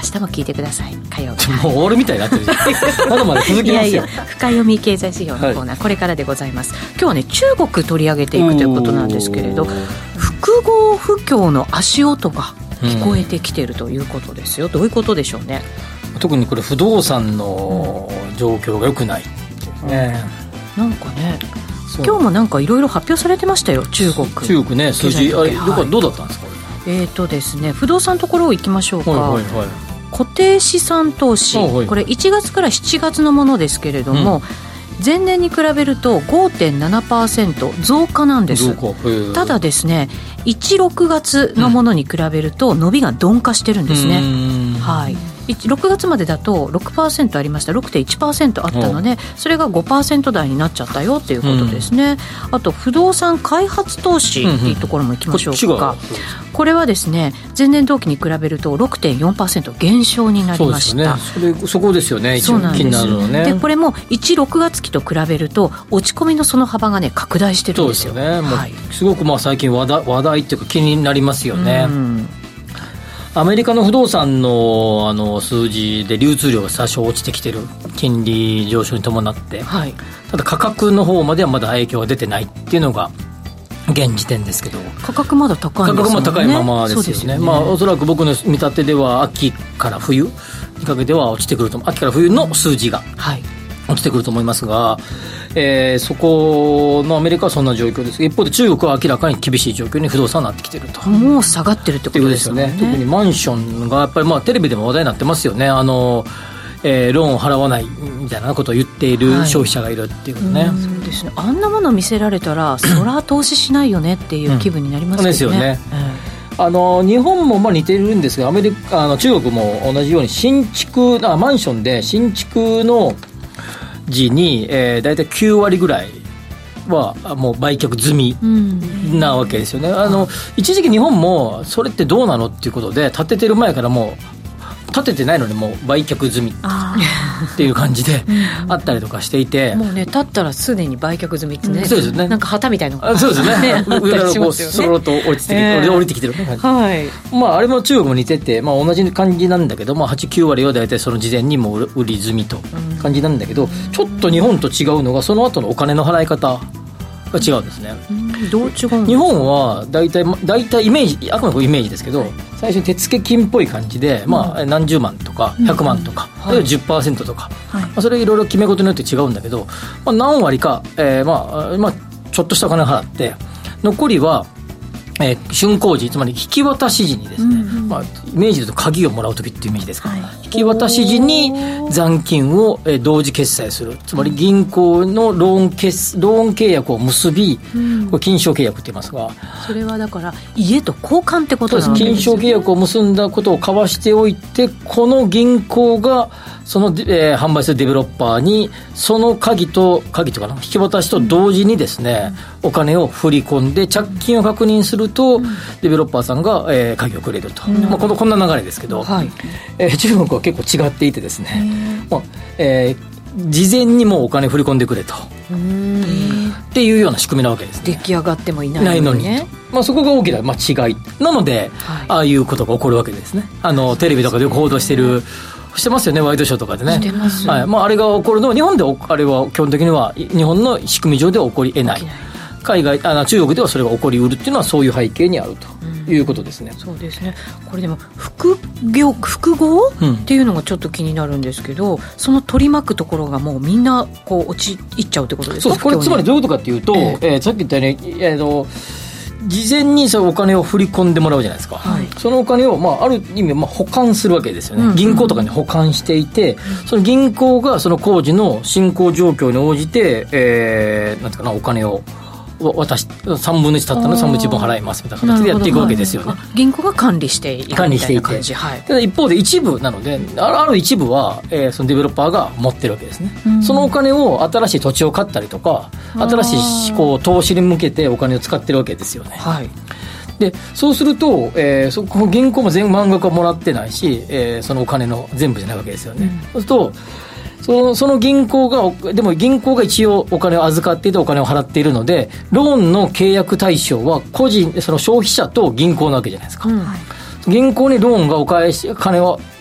日も聞いてください。火曜日もう終わるみたいになってるじゃんまだまだ続きますよ。いやいや深読み経済指標のコーナー、はい、これからでございます。今日はね中国取り上げていくということなんですけれど、複合不況の足音が聞こえてきているということですよ、うん、どういうことでしょうね。 特にこれ不動産の状況が良くない、うんね、 なんかね今日もなんかいろいろ発表されてましたよ中国。 中国ね数字あれ、はい、どうだったんですか。 えーとですね、不動産のところを行きましょうか、はいはいはい、固定資産投資、はいはい、これいちがつからしちがつのものですけれども、うん、前年に比べると ごてんななパーセント 増加なんです。ただですねいち、ろくがつのものに比べると伸びが鈍化してるんですね、うんはい、ろくがつまでだと ろくパーセント ありました。 ろくてんいちパーセント あったのでそれが ごパーセント 台になっちゃったよということですね、うん、あと不動産開発投資っていうところも行きましょうか、うんうん、こ, これはですね前年同期に比べると ろくてんよんパーセント 減少になりました。 そうですね、それそこですよね一番気になるのね。 でこれもいち、ろくがつ期と比べると落ち込みのその幅がね拡大してるんですよ。 そうですよね、はい、すごくまあ最近話題、話題っていうか気になりますよね、うんアメリカの不動産 の, あの数字で流通量が多少落ちてきてる金利上昇に伴って、はい、ただ価格の方まではまだ影響が出てないっていうのが現時点ですけど、 価格まだ高いんですよね。 価格も高いままですよ ね, ですよね、まあ、おそらく僕の見立てでは秋から冬にかけては落ちてくると、秋から冬の数字が、はい落ちてくると思いますが、えー、そこのアメリカはそんな状況です。一方で中国は明らかに厳しい状況に不動産になってきていると。 もう下がってるってことですよ ね, ですよね。特にマンションがやっぱり、まあ、テレビでも話題になってますよね。あの、えー、ローンを払わないみたいなことを言っている消費者がいるっていうことね、はい、 そうですね。あんなもの見せられたらそら投資しないよねっていう気分になりますよね、うん、ですよね、 うん、あの日本もまあ似てるんですがアメリカあの中国も同じように新築あマンションで新築の時に、えー、だいたいきゅうわりぐらいはもう売却済みなわけですよね、うん、あの一時期日本もそれってどうなのっていうことで建ててる前からもう建ててないのにもう売却済みっていう感じであったりとかしていて、 もうね建ったらすでに売却済みってね、 うん、そうですね、 なんか旗みたいなのがそうですね上からこうそろっと降りてきて、えー、降りてきてる感じ、はいまあ、あれも中国も似てて、まあ、同じ感じなんだけど、まあ、はち、きゅうわりは大体その事前にもう売り済みと感じなんだけど、うん、ちょっと日本と違うのがその後のお金の払い方が違うんですね、 うん、どう違うんですか。 日本は大体、大体イメージあくまでイメージですけど、はい、最初に手付金っぽい感じで、まあ、何十万とかひゃくまんとか、うん、はい、じゅっパーセント とか、はいまあ、それいろいろ決め事によって違うんだけど、まあ、何割か、えーまあまあ、ちょっとしたお金を払って残りはえー、竣工時つまり引き渡し時にですね、うんうんまあ、イメージで言うと鍵をもらうときっていうイメージですから、はい、引き渡し時に残金を、えー、同時決済する、つまり銀行のローン決ローン契約を結び、うん、これ金商契約って言いますが、 それはだから家と交換ってことなんですよね。 金商契約を結んだことを交わしておいて、この銀行がその、えー、販売するデベロッパーにその鍵と鍵とかな引き渡しと同時にですね、うん、お金を振り込んで着金を確認すると、うん、デベロッパーさんが、えー、鍵をくれると、うんまあ、このこんな流れですけど、はいえー、中国は結構違っていてですね、もうえー、事前にもうお金振り込んでくれとっていうような仕組みなわけですね。 出来上がってもいないのにね、 ないのに、まあ、そこが大きな、まあ、違いなので、はい、ああいうことが起こるわけですね。あのテレビとかでよく報道してるしてますよね、ワイドショーとかでね。 してます、 はいまあ、あれが起こるのは日本であれは基本的には日本の仕組み上では起こり得ない、海外あの中国ではそれが起こりうるっていうのはそういう背景にあるということですね、 うん、そうですね。これでも副業複合、うん、っていうのがちょっと気になるんですけど、その取り巻くところがもうみんなこう落ちいっちゃうってことですか。 そうこれつまりどういうことかっていうと、えーえー、さっき言ったように、えーと事前にそのお金を振り込んでもらうじゃないですか、はい、そのお金を、まあ、ある意味、まあ、保管するわけですよね、うんうん、銀行とかに保管していて、うん、その銀行がその工事の進行状況に応じて、えー、なんていうかなお金を渡しさんぶんのいちだったのでさんぶんのいちぶん払いますみたいな形でやっていくわけですよね。 銀行が管理しているみたいな感じ。管理していて、はい、 ただ一方で一部なのである一部は、えー、そのデベロッパーが持ってるわけですね、うん、そのお金を新しい土地を買ったりとか新しいこう投資に向けてお金を使ってるわけですよね、はい、でそうすると、えー、そこの銀行も全満額はもらってないし、えー、そのお金の全部じゃないわけですよね、うん、そうするとその、その銀行がでも銀行が一応お金を預かっていてお金を払っているのでローンの契約対象は個人その消費者と銀行なわけじゃないですか、うん、銀行にローンがお返し金を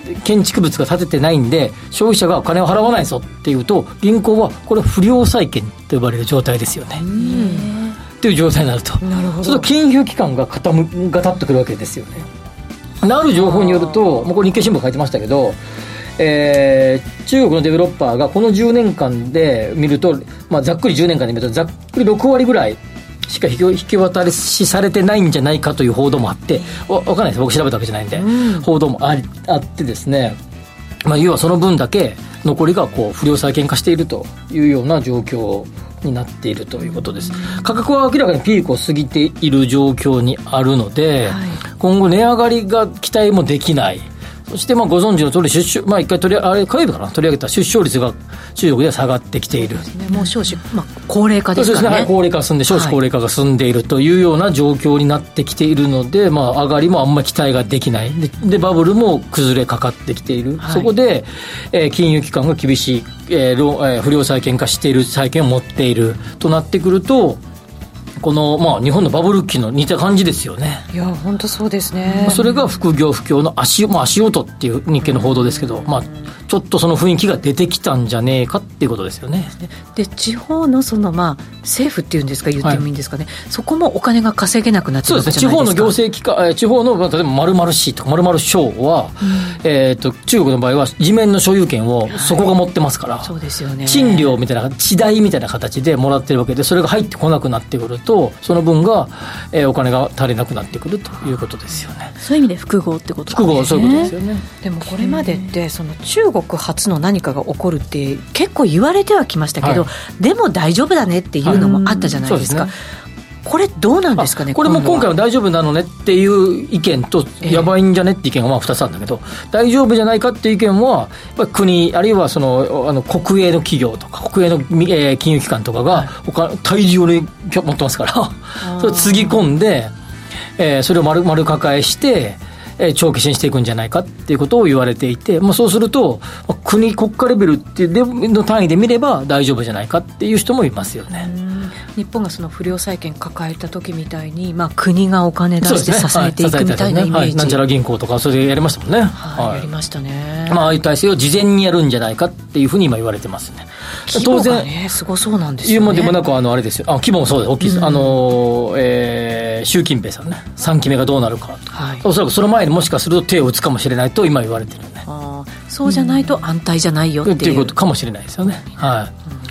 建築物が建ててないんで消費者がお金を払わないぞっていうと銀行はこれ不良債権と呼ばれる状態ですよねっていう状態になるとなるほどそうすると金融機関が傾が立ってくるわけですよね。ある情報によるともうこれ日経新聞書いてましたけど、えー、中国のデベロッパーがこのじゅうねんかんで見ると、まあ、ざっくりじゅうねんかんで見るとざっくりろくわりぐらいしか引き、引き渡しされてないんじゃないかという報道もあってわ分かんないです僕調べたわけじゃないんで、うん、報道も あ, あってですね、まあ、要はその分だけ残りがこう不良債権化しているというような状況になっているということです。価格は明らかにピークを過ぎている状況にあるので、はい、今後値上がりが期待もできない。そしてまあご存知の通り出生、まあ、一回取りあれ火曜日かな取り上げた出生率が中国では下がってきている、 ね、もう少子、まあ、高齢化ですからね。 そうですね、はい、高齢化が進んで少子高齢化が進んでいるというような状況になってきているので、まあ、上がりもあんまり期待ができない で, でバブルも崩れかかってきている、はい、そこで、えー、金融機関が厳しい、えーえー、不良債権化している債権を持っているとなってくるとこの、まあ、日本のバブル期の似た感じですよね。 いや本当そうですね。 それが副業不況の 足,、まあ、足音っていう日経の報道ですけど、まあ、ちょっとその雰囲気が出てきたんじゃねえかっていうことですよね。 で地方のその、まあ、政府っていうんですか言ってもいいんですかね、はい、そこもお金が稼げなくなってるわけじゃないですか。 そうですね、地方の行政機関、地方の例えば〇〇市とか〇〇省は、うんえー、と中国の場合は地面の所有権をそこが持ってますから、はい、 そうですよね。 賃料みたいな地代みたいな形でもらってるわけでそれが入ってこなくなってくるとその分が、えー、お金が足りなくなってくるということですよね。 そういう意味で複合ってことですね。 複合そういうことですよね。 でもこれまでってその中国発の何かが起こるって結構言われてはきましたけど、はい、でも大丈夫だねっていうのもあったじゃないですか、はい、これどうなんですかね。 これも今回は大丈夫なのねっていう意見と、えー、やばいんじゃねって意見がまあふたつあるんだけど、大丈夫じゃないかっていう意見はやっぱり国あるいはそのあの国営の企業とか国営の、えー、金融機関とかが、はい、他大量に持ってますからそれをつぎ込んで、えー、それを丸丸抱えして長期支援していくんじゃないかっていうことを言われていて、まあ、そうすると国国家レベルっていうの単位で見れば大丈夫じゃないかっていう人もいますよね。 日本がその不良債権抱えた時みたいに、まあ、国がお金出して支えていくみたいなイメージ、ねはい、 なんちゃら銀行とかそれでやりましたもんね、 はいはい、やりましたね、 まあ、ああいう体制を事前にやるんじゃないかっていうふうに今言われてますね。 規模がねすごそうなんですよね。 今でもなくあのあれですよ、あ規模もそうです大きいです、うん、あの、えー、習近平さんねさんきめがどうなるか、はい、おそらくその前にもしかすると手を打つかもしれないと今言われてるね。 あそうじゃないと安泰じゃないよっていう、 っていうことかもしれないですよね、はい、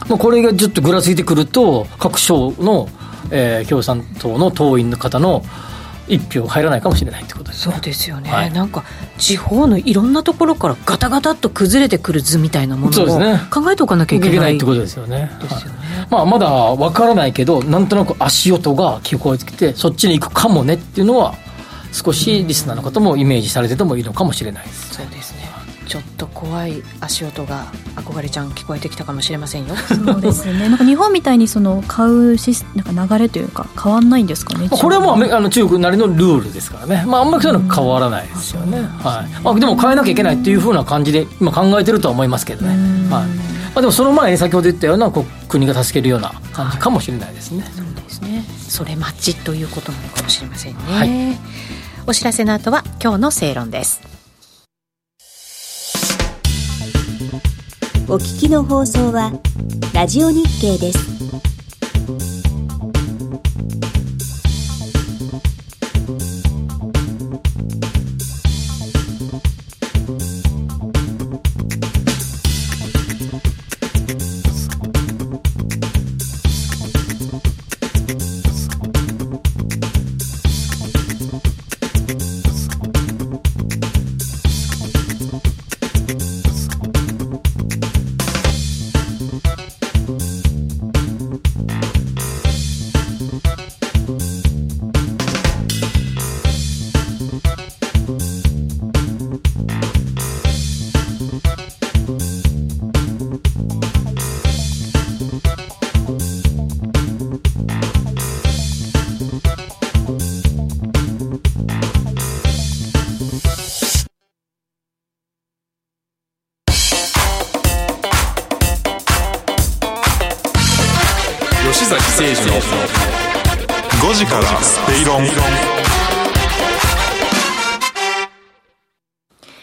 まあ、これがちょっとぐらついてくると各省の、えー、共産党の党員の方の一票入らないかもしれないってことですね。 そうですよね、はい、なんか地方のいろんなところからガタガタっと崩れてくる図みたいなものを考えておかなきゃいけない、 いけないってことですよね。ですよね、はい、まあ、まだ分からないけどなんとなく足音が聞こえてきてそっちに行くかもねっていうのは少しリスナーの方もイメージされててもいいのかもしれないです、ね、 そうですね。ちょっと怖い足音が憧れちゃん聞こえてきたかもしれませんよ。 そうですね。なんか日本みたいにその買うシスなんか流れというか変わんないんですかね。 これはもうあの中国なりのルールですからね、まあ、あんまりそういうのは変わらないですよね、はいまあ、でも変えなきゃいけないっていう風な感じで今考えてるとは思いますけどね、はいまあ、でもその前に先ほど言ったようなこう国が助けるような感じかもしれないですね、はい、 そうですね。それ待ちということなのかもしれませんね、はい、お知らせの後は今日の正論です。 お聞きの放送はラジオ日経です。 吉崎誠二のごじから正論。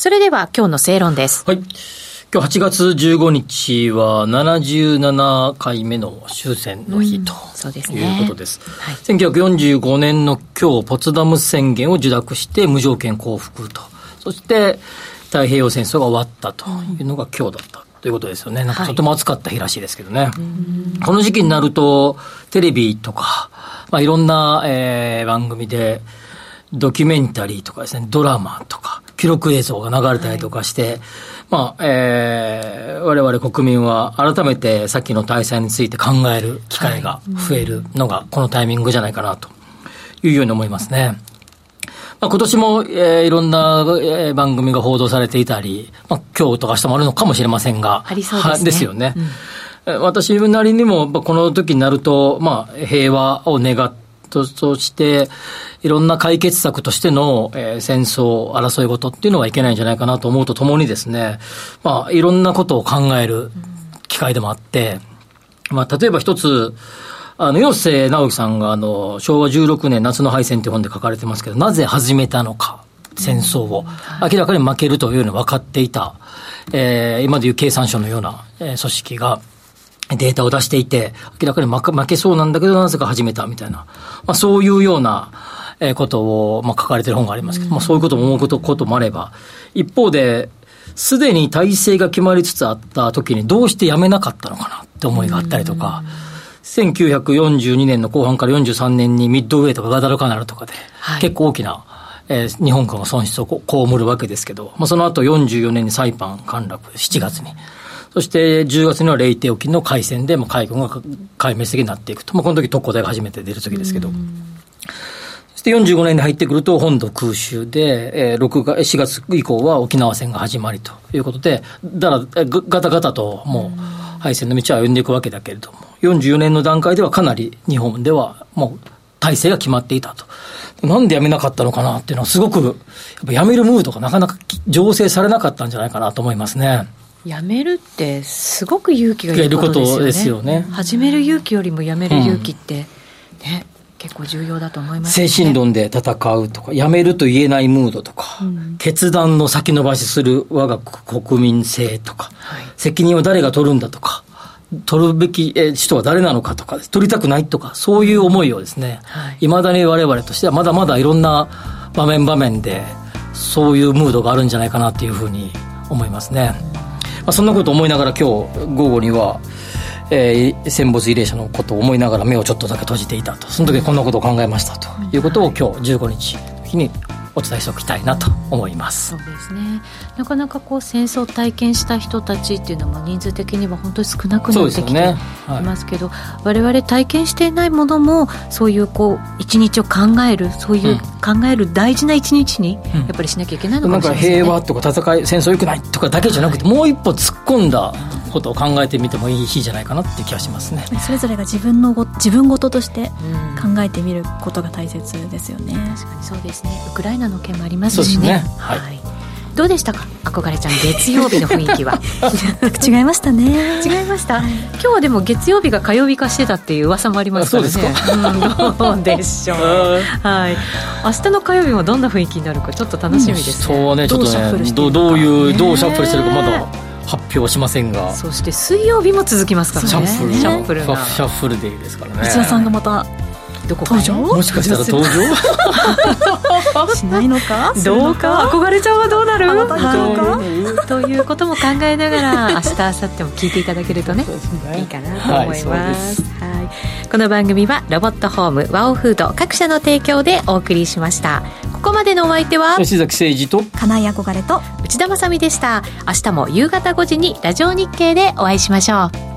それでは今日の正論です。 はい。今日はちがつじゅうごにちはななじゅうななかいめの終戦の日と、うん、そうですね、いうことです、はい、せんきゅうひゃくよんじゅうごねんの今日ポツダム宣言を受諾して無条件降伏と、そして太平洋戦争が終わったというのが今日だったということですよね。なんかとても暑かった日らしいですけどね、はい、この時期になるとテレビとか、まあ、いろんな、えー、番組でドキュメンタリーとかですね、ドラマとか記録映像が流れたりとかして、はい、まあえー、我々国民は改めてさっきの大戦について考える機会が増えるのがこのタイミングじゃないかなというように思いますね。まあ、今年も、えー、いろんな、えー、番組が報道されていたり、まあ、今日とか明日もあるのかもしれませんが、 ありそうですね。 ですよね、うん、私なりにもこの時になると、まあ、平和を願ってとしていろんな解決策としての、えー、戦争争い事っていうのはいけないんじゃないかなと思うとともにですね、まあいろんなことを考える機会でもあって、まあ例えば一つあの余生直樹さんがあのしょうわじゅうろくねん夏の敗戦という本で書かれてますけど、なぜ始めたのか戦争を、うん、明らかに負けるというのは分かっていた、えー、今でいう経産省のような、えー、組織がデータを出していて、明らかに負け、負けそうなんだけどなぜか始めたみたいな、まあ、そういうようなことを、まあ、書かれている本がありますけど、うん、まあ、そういうことも思うこと、こともあれば、一方ですでに体制が決まりつつあった時にどうしてやめなかったのかなって思いがあったりとか、うん、せんきゅうひゃくよんじゅうにねんの後半からよんじゅうさんねんにミッドウェーとかガダルカナルとかで、はい、結構大きな、えー、日本軍の損失を被るわけですけど、まあ、その後よんじゅうよねんにサイパン陥落、しちがつに、そしてじゅうがつにはレイテ沖の海戦で、まあ、海軍が壊滅的になっていくと、まあ、この時特攻隊が初めて出る時ですけど、そしてよんじゅうごねんに入ってくると本土空襲で、えー、ろくがつしがつ以降は沖縄戦が始まりということで、だからガタガタともう敗戦の道は歩んでいくわけだけれども、よんじゅうよねんの段階ではかなり日本ではもう体制が決まっていたと。なんでやめなかったのかなっていうのはすごくやっぱやめるムードがなかなか醸成されなかったんじゃないかなと思いますね。 やめるってすごく勇気がいることですよね。ですよね。始める勇気よりもやめる勇気って、うん、ね、結構重要だと思いますね。 精神論で戦うとか、やめると言えないムードとか、うん、決断の先延ばしする我が国民性とか、はい、責任を誰が取るんだとか、取るべき人は誰なのかとか、取りたくないとか、そういう思いをですね、いま、はい、だに我々としてはまだまだいろんな場面場面でそういうムードがあるんじゃないかなというふうに思いますね。まあ、そんなことを思いながら今日午後には、えー、戦没慰霊者のことを思いながら目をちょっとだけ閉じていたと、その時こんなことを考えましたということを今日じゅうごにちの日にお伝えしておきたいなと思います。 そうですね。なかなかこう戦争を体験した人たちっていうのも人数的には本当に少なくなってきていますけど、ね、はい、我々体験していないものもそういうこう一日を考える、そういう考える大事な一日にやっぱりしなきゃいけないのかもしれないですね。 なんか平和とか戦い、戦争良くないとかだけじゃなくて、はい、もう一歩突っ込んだことを考えてみてもいい日じゃないかなっていう気がしますね。 それぞれが自分のご自分事として考えてみることが大切ですよね。 確かにそうですね。ウクライナの件もありますしね。 そうですね、はい、はい、 どうでしたか、憧れちゃん、月曜日の雰囲気は。 違いましたね。 違いました、はい、今日はでも月曜日が火曜日化してたっていう噂もありますからね。 そうですか、 うん、どうでしょう。はい、明日の火曜日もどんな雰囲気になるかちょっと楽しみですね。 うん、そうね、ちょっとね、どうどういうどうシャッフルしてるかまだ発表しませんが、 そして水曜日も続きますからね。 シャッフル、 シャッフルなシャッフルデーですからね。 内田さんがまたどこか登場、 もしかしたら登場しないのか、 どうか、憧れちゃんはどうなる、 はい、 ということも考えながら明日明後日も聞いていただけるとね、いいかなと思います、はい、はい、この番組はロボットホームワオフード各社の提供でお送りしました。ここまでのお相手は吉崎誠二と金井憧れと内田まさみでした。明日も夕方ごじにラジオ日経でお会いしましょう。